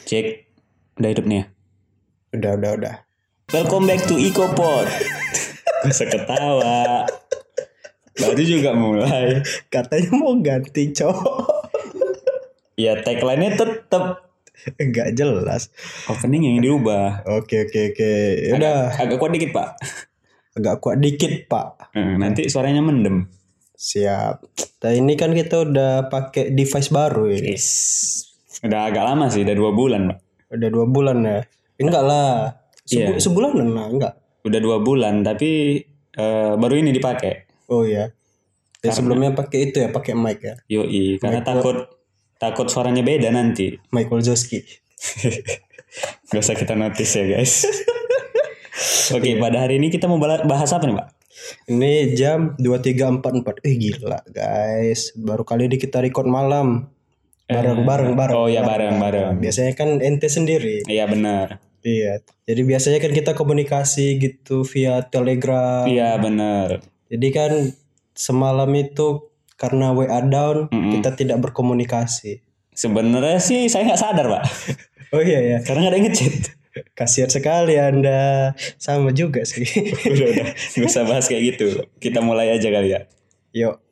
Cek. Udah hidup nih ya? Udah. Welcome back to EcoPod. Gak usah ketawa. Baru juga mulai. Katanya mau ganti, cowok. Ya tagline-nya tetep. Enggak jelas. Opening yang dirubah. Oke. Udah. Agak kuat dikit, Pak. Agak kuat dikit, Pak. Nanti suaranya mendem. Siap. Nah, ini kan kita udah pakai device baru ya. Yes. Udah agak lama sih, udah 2 bulan, Pak. Udah 2 bulan ya. Enggak lah. Iya. Sebulanan lah, enggak. Udah 2 bulan, tapi baru ini dipakai. Oh iya. Sebelumnya pakai itu ya, pakai mic ya. Yoi, karena takut suaranya beda nanti. Michael Joski. Gak usah kita notice ya, guys. Oke, pada hari ini kita mau bahas apa nih, Pak? Ini jam 23.44. Gila, guys. Baru kali ini kita record malam. Bareng. Oh ya, bareng. Biasanya kan ente sendiri. Iya, benar. Iya. Jadi biasanya kan kita komunikasi gitu via Telegram. Iya, benar. Jadi kan semalam itu karena WA down, kita tidak berkomunikasi. Sebenarnya sih saya nggak sadar, Pak. Oh iya ya. Karena nggak ada yang ngechat. Kasihan sekali Anda. Sama juga sih. Udah. Nggak usah bahas kayak gitu. Kita mulai aja kali ya. Yuk.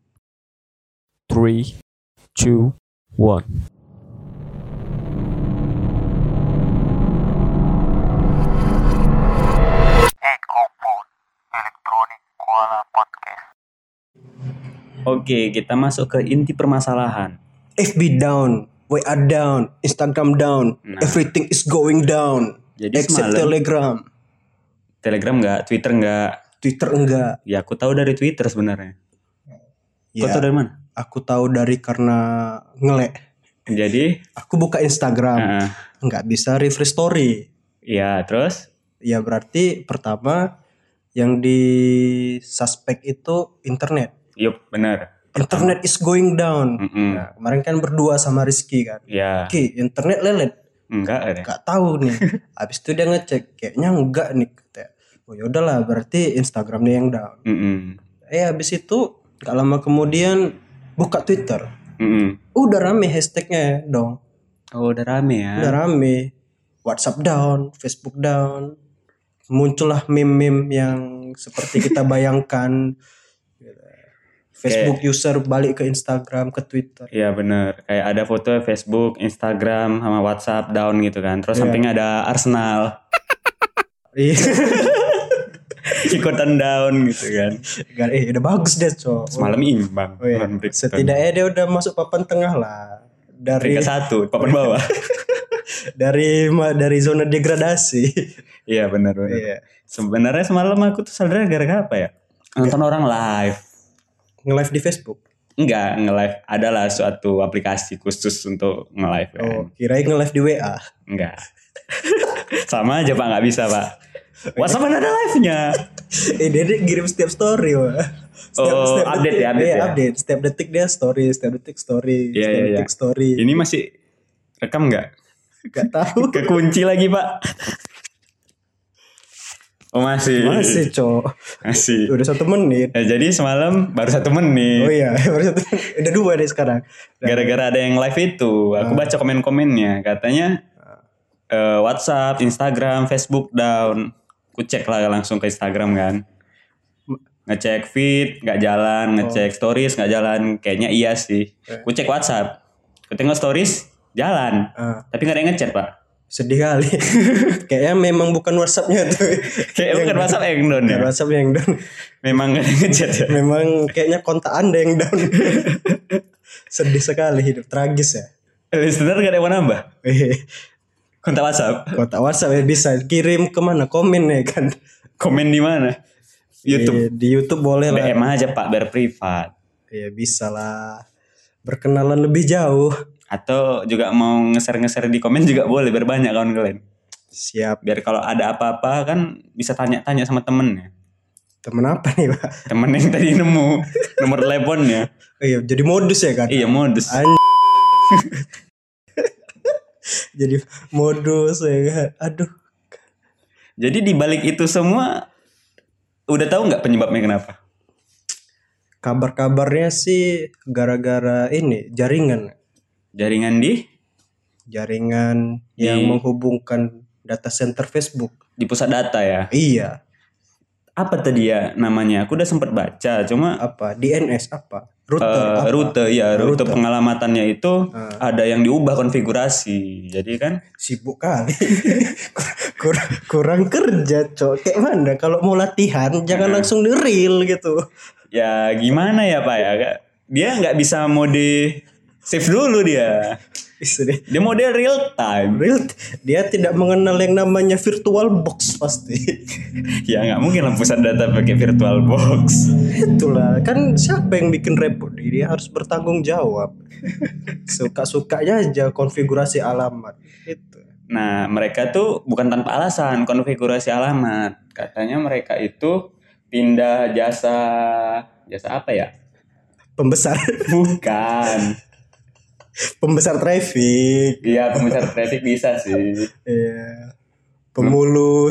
3, 2, 1. Oke, kita masuk ke inti permasalahan. FB down, WA down, Instagram down, everything is going down. Jadi except semalam- Telegram. Telegram nggak, Twitter nggak. Twitter enggak. Ya aku tahu dari Twitter sebenarnya. Kau Ya, tahu dari mana? aku tahu dari karena ngelek. Jadi, Aku buka Instagram, nggak bisa refresh story. ya terus? Ya berarti pertama yang di suspek itu internet. Yup, benar. Internet is going down. Nah, kemarin kan berdua sama Rizky kan. Ya, Ki, internet lelet. enggak ada. Gak tahu nih. Habis itu dia ngecek, kayaknya enggak nih. Katanya. Oh yaudahlah, berarti Instagramnya yang down. Habis itu gak lama kemudian buka Twitter. Udah rame hashtagnya dong. Oh, udah rame ya. Udah rame. WhatsApp down, Facebook down. Muncullah meme-meme yang seperti kita bayangkan. Facebook user balik ke Instagram, ke Twitter. Iya benar. Kayak ada foto Facebook, Instagram, sama WhatsApp down gitu kan. Terus sampingnya ada Arsenal Iya. ikutan down gitu kan. Udah bagus deh, Cok. Semalam imbang. Oh, iya. Setidaknya dia udah masuk papan tengah lah. Dari Peringkat 1, papan bawah. dari zona degradasi. Iya benar. Iya. Sebenarnya semalam aku tuh sadar gara-gara apa ya? Nonton orang live. Nge-live di Facebook. Enggak, nge-live adalah suatu aplikasi khusus untuk nge-live kan. Oh, kirain nge-live di WA. Enggak. Sama aja Pak, nggak bisa Pak. WhatsApp kan ada live-nya. Dia kirim setiap story, Pak. Update ya. Update. Setiap detik dia story, setiap detik story, Iya. detik story. Ini masih rekam nggak? Gak tahu. Kekunci lagi Pak. Oh masih, Cok. Masih. Udah 1 menit. Jadi semalam baru 1 menit. Oh iya, baru 1 menit. Udah 2 deh sekarang. Gara-gara ada yang live itu, aku baca komen-komennya. Katanya WhatsApp, Instagram, Facebook down. Ku cek lah langsung ke Instagram kan. Ngecek feed nggak jalan, ngecek stories nggak jalan. Kayaknya iya sih. Ku cek WhatsApp, ku tengok stories jalan, tapi nggak ada yang ngechat Pak. Sedih kali. Kayaknya memang bukan WhatsApp-nya tuh. Kayak bukan WhatsApp yang down ya. Bukan WhatsApp yang down. Memang nggak ada yang ngechat ya. Memang kayaknya kontak Anda yang down. Sedih sekali, hidup tragis ya. Listener nggak ada yang mau nambah. Kontak WhatsApp. Kontak WhatsApp ya bisa kirim kemana, komen ya kan. Komen di mana? YouTube. Di YouTube boleh lah. DM aja Pak, biar privat. Ya bisa lah. Berkenalan lebih jauh. Atau juga mau nge-share di komen juga boleh, biar banyak kawan kalian. Siap. Biar kalau ada apa-apa kan bisa tanya-tanya sama temennya. Temen apa nih, Pak? Temen yang tadi nemu nomor teleponnya. Iya, jadi modus ya kan? Iya modus. Jadi modus ya kan? Aduh. Jadi di balik itu semua udah tahu nggak penyebabnya kenapa? Kabar-kabarnya sih gara-gara ini jaringan. Jaringan di Jaringan yang menghubungkan data center Facebook di pusat data ya. Iya. Apa tadi ya namanya? Aku udah sempat baca, cuma apa DNS apa? Router rute pengalamatannya itu ada yang diubah konfigurasi. Jadi kan sibuk kali. kurang kerja, Cok. Kayak mana kalau mau latihan jangan langsung di real gitu. Ya gimana ya, Pak ya? Dia nggak bisa mode save dulu dia. Dia mode real time. Dia tidak mengenal yang namanya virtual box pasti. Ya nggak mungkin lah pusat data pakai virtual box. Itulah kan siapa yang bikin repot? Dia harus bertanggung jawab. Suka-sukanya aja konfigurasi alamat itu. Nah mereka tuh bukan tanpa alasan konfigurasi alamat. Katanya mereka itu pindah jasa apa ya? Pembesar. Bukan. Pembesar traffic. Iya, pembesar traffic bisa sih. Iya. Pemulus.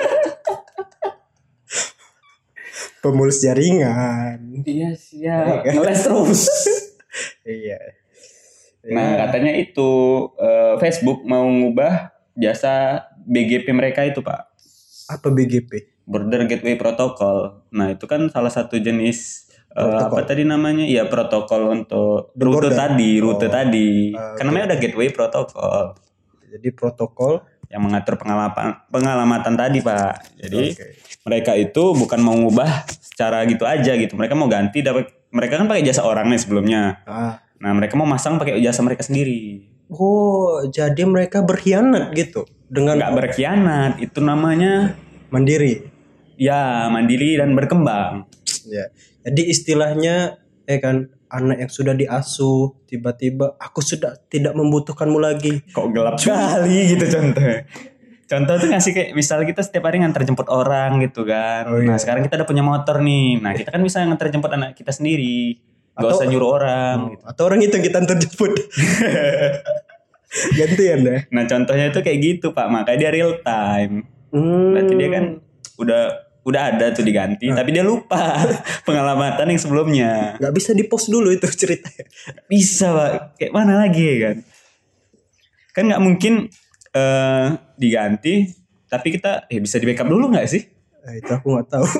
Pemulus jaringan. Iya siap. Ngeles terus. Iya. Nah katanya itu Facebook mau ngubah jasa BGP mereka itu Pak. Apa BGP? Border Gateway Protocol. Nah itu kan salah satu jenis apa tadi namanya? Ya protokol untuk rute tadi. Karena namanya udah Gateway Protocol. Jadi protokol yang mengatur pengalamatan tadi Pak. Jadi mereka itu bukan mau ngubah secara gitu aja gitu. Mereka mau ganti. Mereka kan pakai jasa orang nih sebelumnya. Nah mereka mau masang pakai jasa mereka sendiri. Oh jadi mereka berkhianat gitu? Nggak berkhianat. Itu namanya mandiri. Ya mandiri dan berkembang. Ya. Jadi istilahnya kan anak yang sudah diasuh tiba-tiba aku sudah tidak membutuhkanmu lagi. Kok gelap sekali gitu contohnya. Contoh tuh ngasih kayak misal kita setiap hari nganter jemput orang gitu kan. Nah sekarang kita udah punya motor nih. Nah kita kan bisa nganter jemput anak kita sendiri. Gak usah nyuruh orang. Gitu. Atau orang itu yang kita antar jemput. Gantian deh. Nah contohnya itu kayak gitu Pak. Makanya dia real time. Berarti dia kan udah ada tuh diganti, tapi dia lupa pengalamatan yang sebelumnya. Gak bisa di post dulu itu ceritanya. Bisa Pak, kayak mana lagi ya kan? Kan gak mungkin diganti, tapi kita bisa di backup dulu gak sih? Itu aku gak tahu.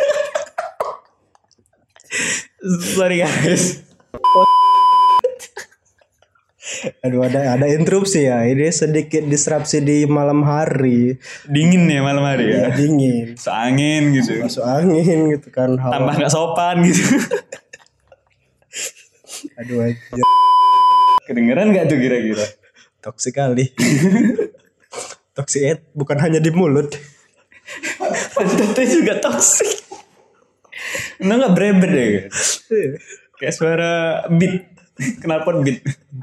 Sorry guys. Aduh ada interupsi ya. Ini sedikit disrupsi di malam hari. Dingin ya malam hari ya. Dingin. Masuk angin gitu. Masuk angin gitu kan. Tambah gak sopan gitu. Aduh aja. Kedengeran gak tuh kira-kira? Toksik kali. Toksik bukan hanya di mulut. Pantatnya juga toksik. Enggak berebet ya kan? Kayak suara beat. Kenapa beat?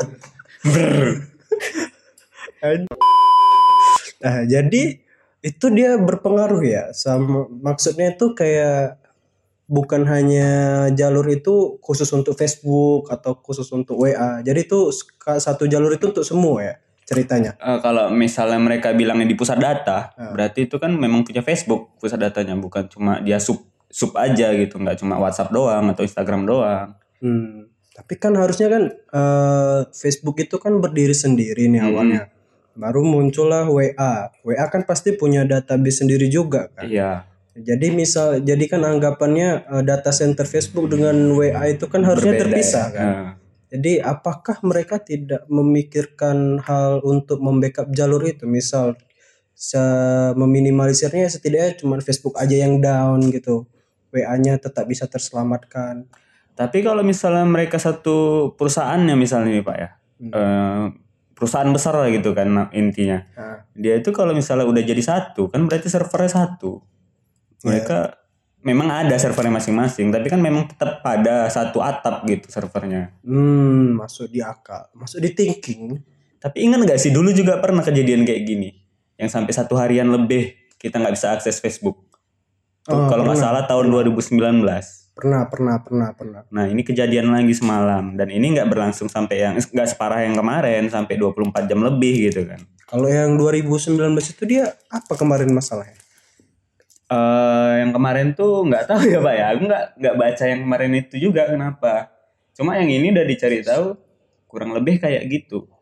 Nah, jadi itu dia berpengaruh ya sama maksudnya itu kayak bukan hanya jalur itu khusus untuk Facebook atau khusus untuk WA. Jadi itu satu jalur itu untuk semua ya ceritanya. Kalau misalnya mereka bilangnya di pusat data, berarti itu kan memang punya Facebook pusat datanya, bukan cuma dia sub aja gitu, nggak cuma WhatsApp doang atau Instagram doang. Tapi kan harusnya kan Facebook itu kan berdiri sendiri nih awalnya. Baru muncullah WA. WA kan pasti punya database sendiri juga kan. Iya. Jadi kan anggapannya data center Facebook dengan WA itu kan harusnya berbeda, terpisah kan. Jadi apakah mereka tidak memikirkan hal untuk membackup jalur itu? Misal meminimalisirnya setidaknya cuma Facebook aja yang down gitu. WA-nya tetap bisa terselamatkan. Tapi kalau misalnya mereka satu perusahaannya misalnya nih Pak ya, perusahaan besar lah gitu kan intinya. Dia itu kalau misalnya udah jadi satu kan berarti servernya satu. Mereka memang ada servernya masing-masing, tapi kan memang tetap pada satu atap gitu servernya. Masuk di akal, masuk di thinking. Tapi ingat nggak sih dulu juga pernah kejadian kayak gini, yang sampai 1 harian lebih kita nggak bisa akses Facebook. Kalau nggak salah tahun 2019. Pernah. Nah ini kejadian lagi semalam dan ini nggak berlangsung sampai yang nggak separah yang kemarin sampai 24 jam lebih gitu kan. Kalau yang 2019 itu dia apa kemarin masalahnya? Yang kemarin tuh nggak tahu ya Pak ya. Aku nggak baca yang kemarin itu juga kenapa. Cuma yang ini udah dicari tahu kurang lebih kayak gitu.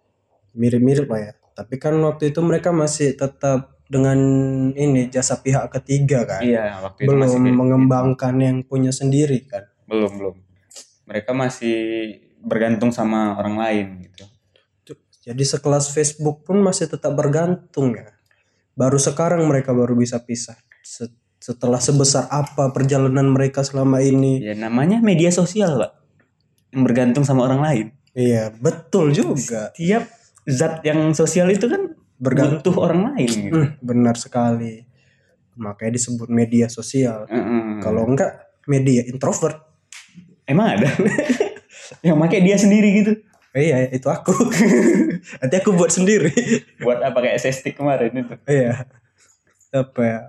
Mirip-mirip lah ya. Tapi kan waktu itu mereka masih tetap dengan ini jasa pihak ketiga kan. Iya, waktu itu Belum masih kayak mengembangkan yang punya sendiri kan. belum. Mereka masih bergantung sama orang lain gitu. Jadi sekelas Facebook pun masih tetap bergantung ya. Baru sekarang mereka baru bisa pisah. Setelah sebesar apa perjalanan mereka selama ini. Ya namanya media sosial, Pak. Yang bergantung sama orang lain. Iya, betul juga. Tiap zat yang sosial itu kan butuh orang lain gitu. Benar sekali. Makanya disebut media sosial. Kalau enggak media introvert. Emang ada? Yang pakai dia sendiri gitu. Iya, itu aku. Nanti aku buat sendiri. Buat apa kayak sestik kemarin itu? Iya. Apa ya?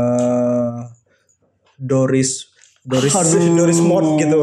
Doris mod gitu.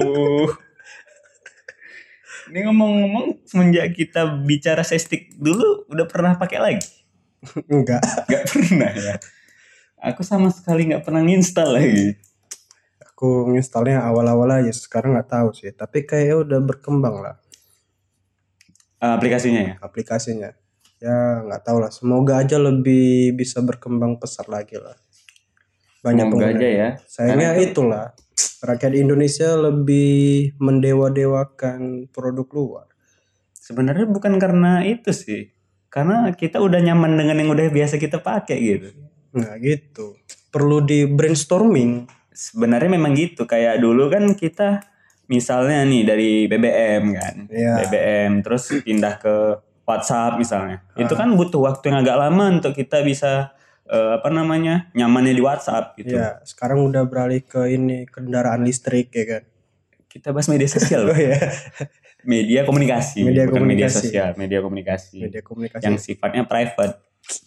Ini ngomong-ngomong semenjak kita bicara sestik dulu udah pernah pakai lagi? Enggak pernah ya. Aku sama sekali nggak pernah nginstal lagi. Aku nginstalnya awal-awal aja, sekarang nggak tahu sih. Tapi kayaknya udah berkembang lah. Aplikasinya ya? Aplikasinya. Ya nggak tahu lah. Semoga aja lebih bisa berkembang pesat lagi lah. Banyak Semoga pengguna. aja ya. Sayangnya itulah. Rakyat Indonesia lebih mendewa-dewakan produk luar. Sebenarnya bukan karena itu sih. Karena kita udah nyaman dengan yang udah biasa kita pakai gitu. Nah gitu. Perlu di brainstorming. Sebenarnya memang gitu. Kayak dulu kan kita misalnya nih dari BBM kan. Iya. BBM terus pindah ke WhatsApp misalnya. Itu kan butuh waktu yang agak lama untuk kita bisa nyamannya di WhatsApp gitu. Iya, sekarang udah beralih ke ini kendaraan listrik ya kan. Kita bahas media sosial. Oh iya. Media komunikasi, Media bukan komunikasi. media sosial, media komunikasi. Media komunikasi. Yang sifatnya private.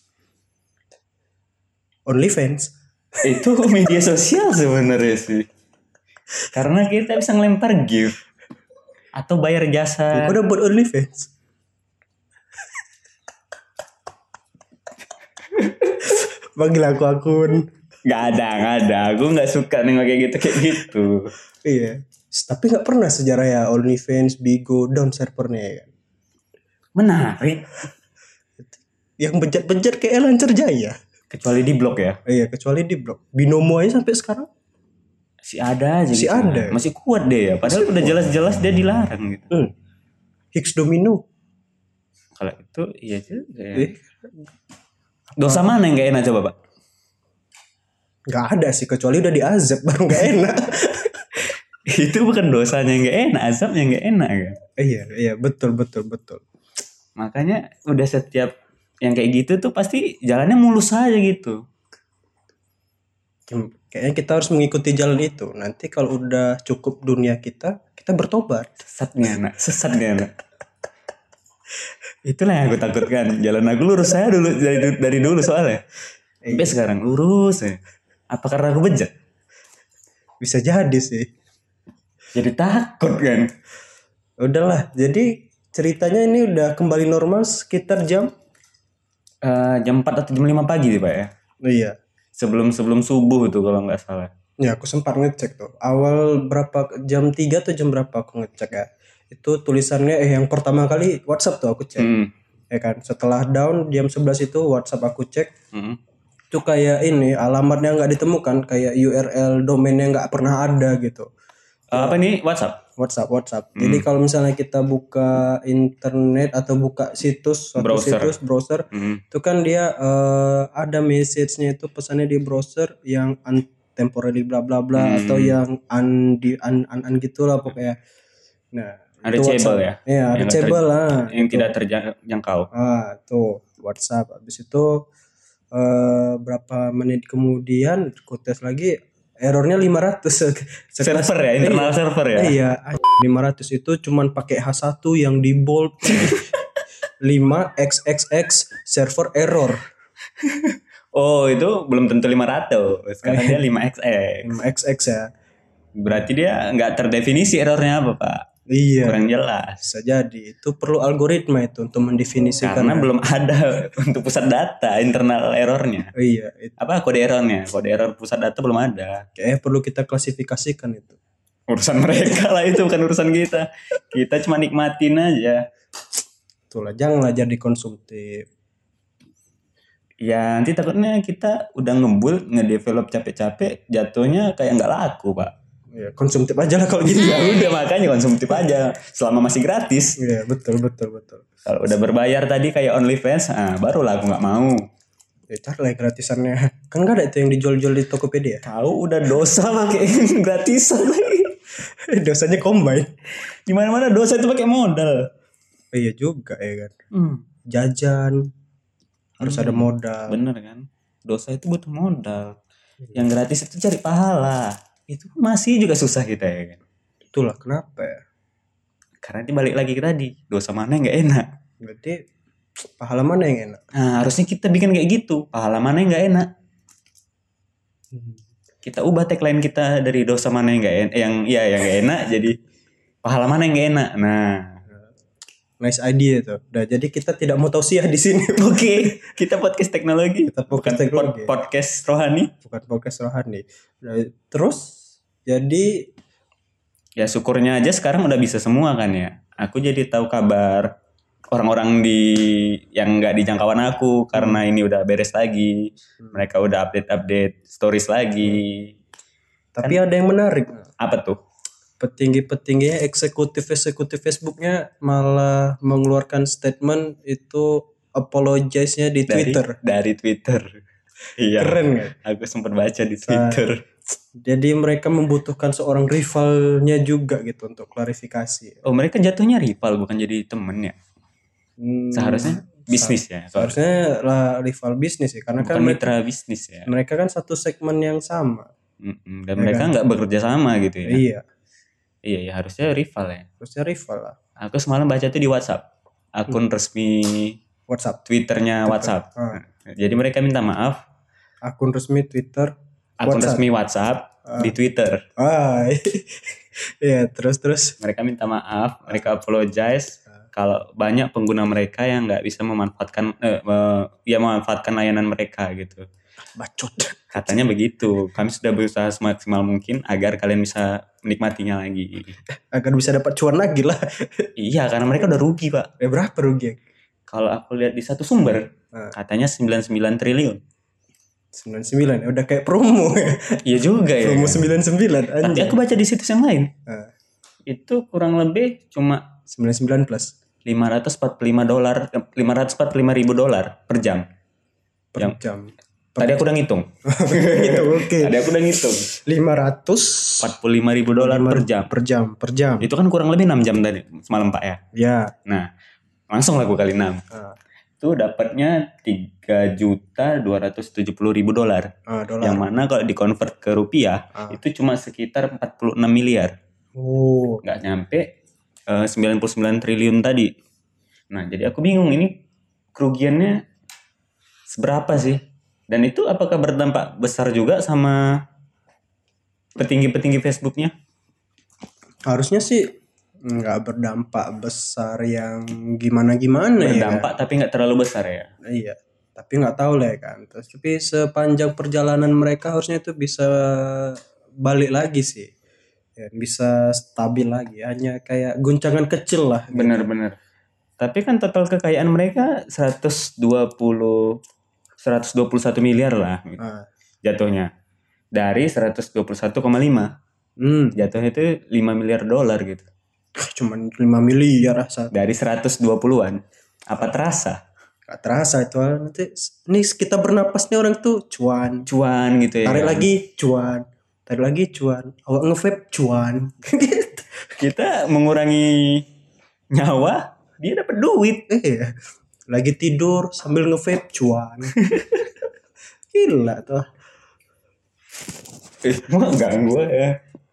OnlyFans. Itu media sosial sebenarnya sih. Karena kita bisa ngelempar gift atau bayar jasa. Kau udah buat OnlyFans? Panggil aku akun. Gak ada. Aku gak suka nengok kayak gitu. Iya. Tapi gak pernah sejarah ya OnlyFans, Bigo, down servernya ya kan. Menarik. Yang bejat-bejat kayak Lancar Jaya. Kecuali di blog ya. Iya, kecuali di blog. Binomo aja sampai sekarang. Masih ada aja. Masih gitu. ada. Masih kuat deh ya. Padahal udah jelas-jelas dia dilarang gitu. Hicks Domino. Kalau itu iya juga ya. Dosa mana yang gak enak coba Pak? Gak ada sih, kecuali udah diazab baru gak enak. Itu bukan dosanya yang gak enak, azabnya yang gak enak kan? Iya, betul. Makanya udah setiap yang kayak gitu tuh pasti jalannya mulus aja gitu. Kayaknya kita harus mengikuti jalan itu. Nanti kalau udah cukup dunia kita bertobat. Sesatnya anak. Itulah yang aku takutkan. Jalan aku lurus saya dulu dari dulu soalnya. Sampai sekarang lurus ya. Apa karena aku bejat? Bisa jadi sih. Jadi takut kan. Udahlah, jadi ceritanya ini udah kembali normal sekitar jam 4 atau jam 5 pagi sih Pak ya. Iya. Sebelum subuh tuh kalau nggak salah. Ya aku sempat ngecek tuh. Awal berapa jam 3 atau jam berapa aku ngecek ya. Itu tulisannya yang pertama kali WhatsApp tuh aku cek. Ya kan. Setelah down jam 11 itu WhatsApp aku cek. Itu kayak ini alamatnya nggak ditemukan, kayak URL domainnya nggak pernah ada gitu. Apa nih WhatsApp? WhatsApp. Jadi kalau misalnya kita buka internet atau buka situs browser, itu kan dia ada message-nya itu pesannya di browser yang temporary bla bla bla atau yang gitulah pokoknya. Nah, unreachable ya. Iya, unreachable lah. Yang tidak terjangkau. Tuh WhatsApp. Habis itu berapa menit kemudian aku tes lagi, errornya 500. Server ya, internal server ya. Iya, 500 itu cuman pakai H1 yang di bold. 5xxx server error. Oh, itu belum tentu 500. Sekarang dia 5xx. 5xx ya. Berarti dia nggak terdefinisi errornya apa, Pak? Iya. Kurang jelas. Bisa jadi. Itu perlu algoritma itu untuk mendefinisikan. Karena belum ada untuk pusat data internal errornya. Iya. Apa kode errornya? Kode error pusat data belum ada. Kayaknya perlu kita klasifikasikan itu. Urusan mereka lah itu, bukan urusan kita. Kita cuma nikmatin aja. Itulah, janganlah jadi konsumtif. Ya nanti takutnya kita udah ngebul, ngedevelop capek-capek, jatuhnya kayak nggak laku Pak. Ya, konsumtif aja lah kalau gitu. Ya udah makanya konsumtif aja selama masih gratis. Iya, betul. Kalau udah berbayar tadi kayak OnlyFans, barulah aku nggak mau. Ya cari lah gratisannya. Kan gak ada itu yang dijual-jual di Tokopedia. Tahu udah dosa pakai gratisan lagi. Dosanya combine. Di mana-mana dosa itu pakai modal. Iya juga ya kan. Jajan harus ada modal. Bener kan? Dosa itu butuh modal. Yang gratis itu cari pahala. Itu masih juga susah kita ya kan. Itulah kenapa ya. Karena ini balik lagi ke tadi. Dosa mana yang gak enak. Berarti pahala mana yang enak? Nah harusnya kita bikin kayak gitu. Pahala mana yang gak enak. Kita ubah tagline kita dari dosa mana yang gak enak. Yang gak enak jadi pahala mana yang gak enak. Nah. Nice idea tuh. Udah jadi kita tidak mau tausiah di sini. Oke, kita podcast teknologi. Kita podcast teknologi. Podcast rohani. Bukan podcast rohani. Nah, terus jadi ya syukurnya aja sekarang udah bisa semua kan ya. Aku jadi tahu kabar orang-orang yang nggak di jangkauan aku karena ini udah beres lagi. Mereka udah update stories lagi. Tapi ada yang menarik. Apa tuh? Petinggi-petingginya eksekutif Facebooknya malah mengeluarkan statement itu apologize-nya di Twitter. Dari Twitter. Iya. Keren kan? Aku sempat baca di Twitter. Jadi mereka membutuhkan seorang rivalnya juga gitu untuk klarifikasi. Oh mereka jatuhnya rival bukan jadi temen ya? Seharusnya bisnis ya. Seharusnya lah rival bisnis ya. Karena bukan kan mitra bisnis ya. Mereka kan satu segmen yang sama. Dan mereka nggak bekerja sama gitu ya. Iya. Iya ya harusnya rival ya. Harusnya rival lah. Aku semalam baca tuh di WhatsApp. Akun resmi WhatsApp. Twitternya WhatsApp. Jadi mereka minta maaf. Akun resmi Twitter. Akun resmi WhatsApp di Twitter. Iya terus. Mereka minta maaf. Mereka apologize. Kalau banyak pengguna mereka yang nggak bisa memanfaatkan layanan mereka gitu. Bacot. Katanya begitu. Kami sudah berusaha semaksimal mungkin agar kalian bisa menikmatinya lagi. Agar bisa dapat cuan lagi lah. Iya, karena mereka udah rugi, Pak. Berapa rugi? Kalau aku lihat di satu sumber, katanya 99 triliun. 99 ya, udah kayak promo ya. Iya juga ya. Promo 99. Tapi aku baca di situs yang lain. Itu kurang lebih cuma 99 plus $545 per jam. Per jam. Tadi aku udah ngitung. Gitu, oke. Tadi aku udah ngitung. $45.000 per jam. Itu kan kurang lebih 6 jam tadi semalam Pak ya. Ya. Nah, langsung lah gue kali 6. Itu dapatnya $3.270.000. Yang mana kalau dikonvert ke rupiah itu cuma sekitar 46 miliar. Nggak nyampe 99 triliun tadi. Nah, jadi aku bingung ini kerugiannya seberapa sih? Dan itu apakah berdampak besar juga sama petinggi-petinggi Facebooknya? Harusnya sih nggak berdampak besar yang gimana-gimana ya. Berdampak tapi nggak terlalu besar ya. Iya, tapi nggak tahu lah ya kan. Tapi sepanjang perjalanan mereka harusnya itu bisa balik lagi sih. Ya, bisa stabil lagi. Hanya kayak guncangan kecil lah. Benar-benar. Tapi kan total kekayaan mereka 121 miliar lah gitu. Jatuhnya dari 121,5 jatuhnya itu $5 miliar gitu. Cuman 5 miliar dari 120-an. Apa terasa? Gak terasa itu nanti. Ini kita bernapas nih orang tuh cuan gitu ya. Tarik lagi cuan. Awak nge-vape cuan. Kita mengurangi nyawa, dia dapat duit. Iya. Lagi tidur sambil nge-vape cuan. Gila tuh. Mau ganggu ya.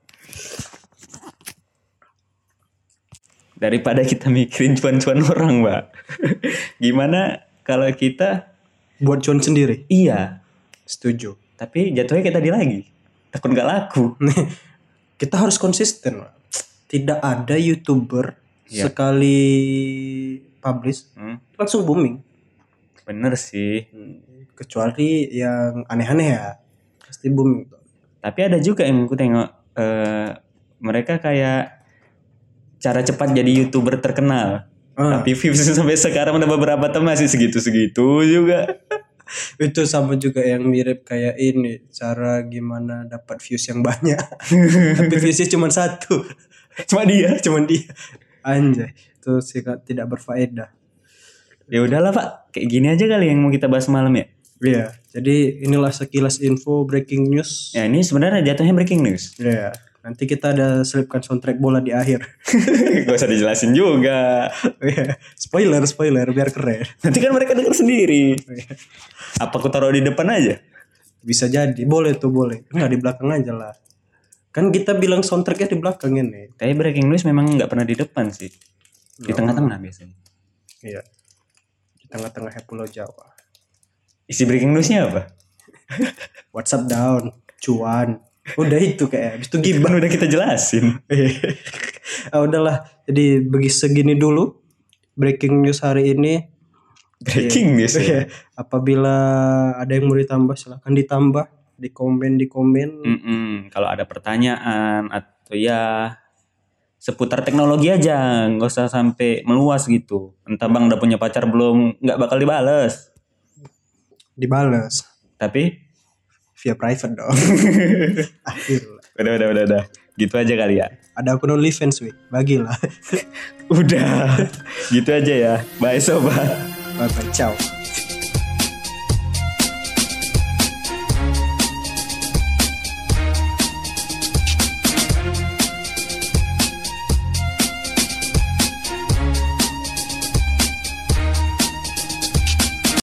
Daripada kita mikirin cuan-cuan orang, Mbak. Gimana kalau kita buat cuan sendiri? Iya. Setuju. Tapi jatuhnya kayak tadi lagi. Takut gak laku. Kita harus konsisten, Mbak. Tidak ada YouTuber sekali publish langsung booming. Bener sih. Kecuali yang aneh-aneh ya, pasti booming. Tapi ada juga yang aku tengok mereka kayak cara cepat jadi YouTuber terkenal. Tapi views sampai sekarang udah beberapa tahun masih segitu-segitu juga. Itu sama juga yang mirip kayak ini, cara gimana dapat views yang banyak. Tapi viewsnya cuma 1. Cuma dia. Anjay, itu sih tidak berfaedah. Ya udahlah Pak, kayak gini aja kali yang mau kita bahas malam ya. Iya, jadi inilah sekilas info breaking news. Ya ini sebenarnya jatuhnya breaking news. Iya, nanti kita ada selipkan soundtrack bola di akhir. Gak usah dijelasin juga. spoiler biar keren. Nanti kan mereka dengar sendiri. Apa aku taruh di depan aja? Bisa jadi, boleh. Enggak, di belakang aja lah. Kan kita bilang soundtracknya di belakang ini. Tapi breaking news memang nggak pernah di depan sih. Di tengah-tengah biasanya. Iya. Di tengah-tengah Pulau Jawa. Isi breaking newsnya apa? WhatsApp down, cuan. Udah itu kayak habis itu gibah. Udah kita jelasin. Udahlah. Jadi segini dulu breaking news hari ini. Breaking news ya. Apabila ada yang mau ditambah silahkan ditambah di komen. Kalau ada pertanyaan atau ya seputar teknologi aja, nggak usah sampai meluas gitu. Entah bang udah punya pacar belum, nggak bakal dibales. Tapi via private dong. Udah. Gitu aja kali ya. Ada akun OnlyFans bagilah. Udah. Gitu aja ya. Bye sobat. Bye ciao.